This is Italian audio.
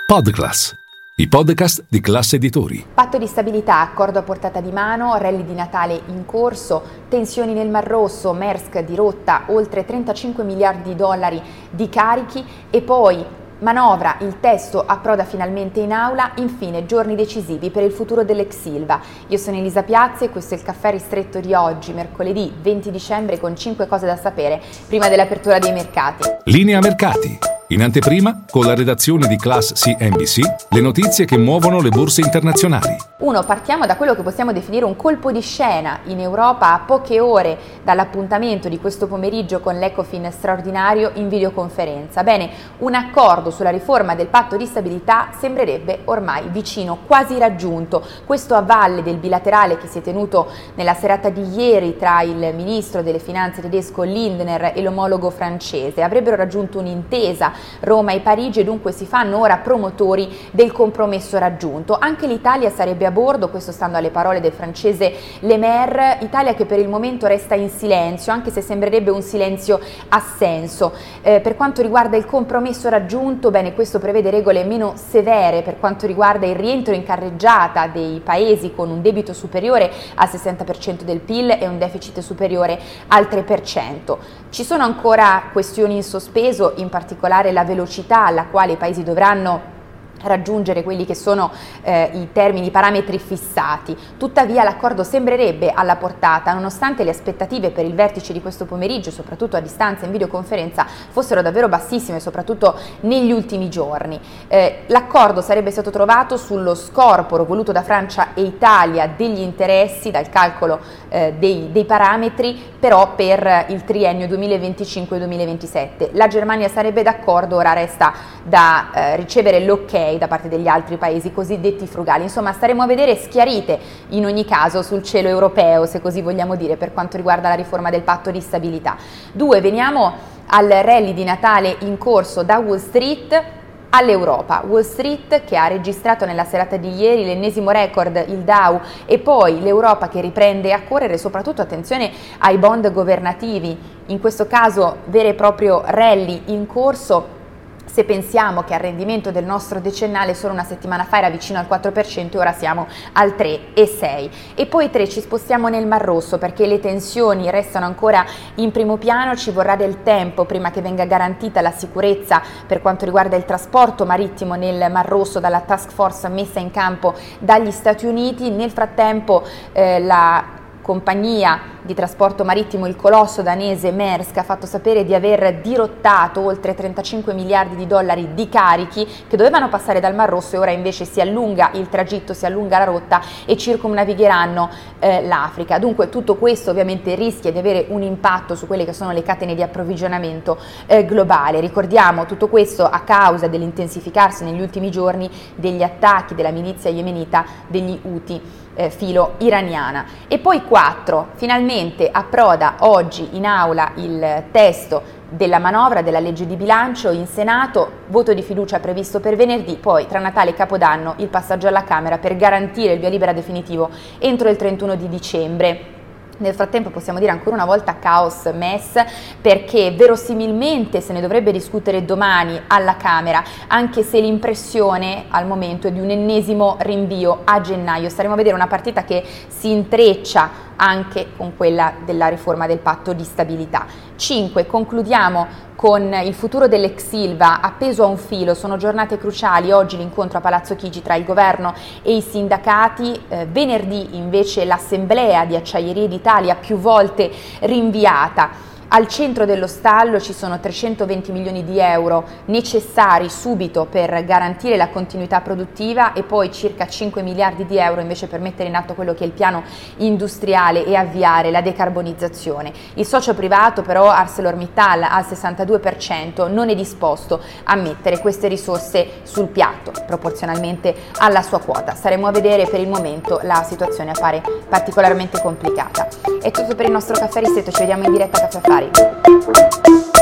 Podclass, i podcast di Class Editori. Patto di stabilità, accordo a portata di mano, rally di Natale in corso, tensioni nel Mar Rosso, Maersk dirotta oltre 35 miliardi di dollari di carichi e poi manovra, il testo approda finalmente in aula, infine giorni decisivi per il futuro dell'ex Ilva. Io sono Elisa Piazzi e questo è il caffè ristretto di oggi, mercoledì 20 dicembre, con 5 cose da sapere prima dell'apertura dei mercati. Linea mercati. In anteprima, con la redazione di Class CNBC, le notizie che muovono le borse internazionali. Partiamo da quello che possiamo definire un colpo di scena in Europa a poche ore dall'appuntamento di questo pomeriggio con l'Ecofin straordinario in videoconferenza. Bene, un accordo sulla riforma del patto di stabilità sembrerebbe ormai vicino, quasi raggiunto. Questo a valle del bilaterale che si è tenuto nella serata di ieri tra il ministro delle finanze tedesco Lindner e l'omologo francese. Avrebbero raggiunto un'intesa Roma e Parigi e dunque si fanno ora promotori del compromesso raggiunto. Anche l'Italia sarebbe a bordo, questo stando alle parole del francese Le Maire, Italia che per il momento resta in silenzio, anche se sembrerebbe un silenzio assenso. Per quanto riguarda il compromesso raggiunto, bene, questo prevede regole meno severe per quanto riguarda il rientro in carreggiata dei paesi con un debito superiore al 60% del PIL e un deficit superiore al 3%. Ci sono ancora questioni in sospeso, in particolare la velocità alla quale i paesi dovranno raggiungere quelli che sono i termini, i parametri fissati. Tuttavia l'accordo sembrerebbe alla portata, nonostante le aspettative per il vertice di questo pomeriggio, soprattutto a distanza in videoconferenza, fossero davvero bassissime, soprattutto negli ultimi giorni. L'accordo sarebbe stato trovato sullo scorporo voluto da Francia e Italia degli interessi, dal calcolo dei parametri, però per il triennio 2025-2027. La Germania sarebbe d'accordo, ora resta da ricevere l'ok da parte degli altri paesi cosiddetti frugali. Insomma, staremo a vedere schiarite in ogni caso sul cielo europeo, se così vogliamo dire, per quanto riguarda la riforma del patto di stabilità. Veniamo al rally di Natale in corso da Wall Street all'Europa. Wall Street che ha registrato nella serata di ieri l'ennesimo record, il Dow, e poi l'Europa che riprende a correre, soprattutto attenzione ai bond governativi, in questo caso vero e proprio rally in corso. Se pensiamo che al rendimento del nostro decennale solo una settimana fa era vicino al 4% e ora siamo al 3,6%. E poi ci spostiamo nel Mar Rosso perché le tensioni restano ancora in primo piano, ci vorrà del tempo prima che venga garantita la sicurezza per quanto riguarda il trasporto marittimo nel Mar Rosso dalla task force messa in campo dagli Stati Uniti. Nel frattempo la compagnia di trasporto marittimo, il colosso danese Maersk, ha fatto sapere di aver dirottato oltre 35 miliardi di dollari di carichi che dovevano passare dal Mar Rosso e ora invece si allunga il tragitto, si allunga la rotta e circumnavigheranno l'Africa. Dunque tutto questo ovviamente rischia di avere un impatto su quelle che sono le catene di approvvigionamento globale. Ricordiamo tutto questo a causa dell'intensificarsi negli ultimi giorni degli attacchi della milizia yemenita degli Houthi filo iraniana. E poi 4, finalmente approda oggi in aula il testo della manovra della legge di bilancio in Senato, voto di fiducia previsto per venerdì, poi tra Natale e Capodanno il passaggio alla Camera per garantire il via libera definitivo entro il 31 di dicembre. Nel frattempo possiamo dire ancora una volta caos MES, perché verosimilmente se ne dovrebbe discutere domani alla Camera, anche se l'impressione al momento è di un ennesimo rinvio a gennaio. Staremo a vedere una partita che si intreccia anche con quella della riforma del patto di stabilità. 5. Concludiamo con il futuro dell'ex Ilva appeso a un filo. Sono giornate cruciali, oggi l'incontro a Palazzo Chigi tra il governo e i sindacati, venerdì invece l'assemblea di Acciaierie d'Italia più volte rinviata. Al centro dello stallo ci sono 320 milioni di euro necessari subito per garantire la continuità produttiva e poi circa 5 miliardi di euro invece per mettere in atto quello che è il piano industriale e avviare la decarbonizzazione. Il socio privato però, ArcelorMittal, al 62% non è disposto a mettere queste risorse sul piatto proporzionalmente alla sua quota. Staremo a vedere, per il momento la situazione appare particolarmente complicata. È tutto per il nostro caffè ristretto, ci vediamo in diretta a Caffè Affari.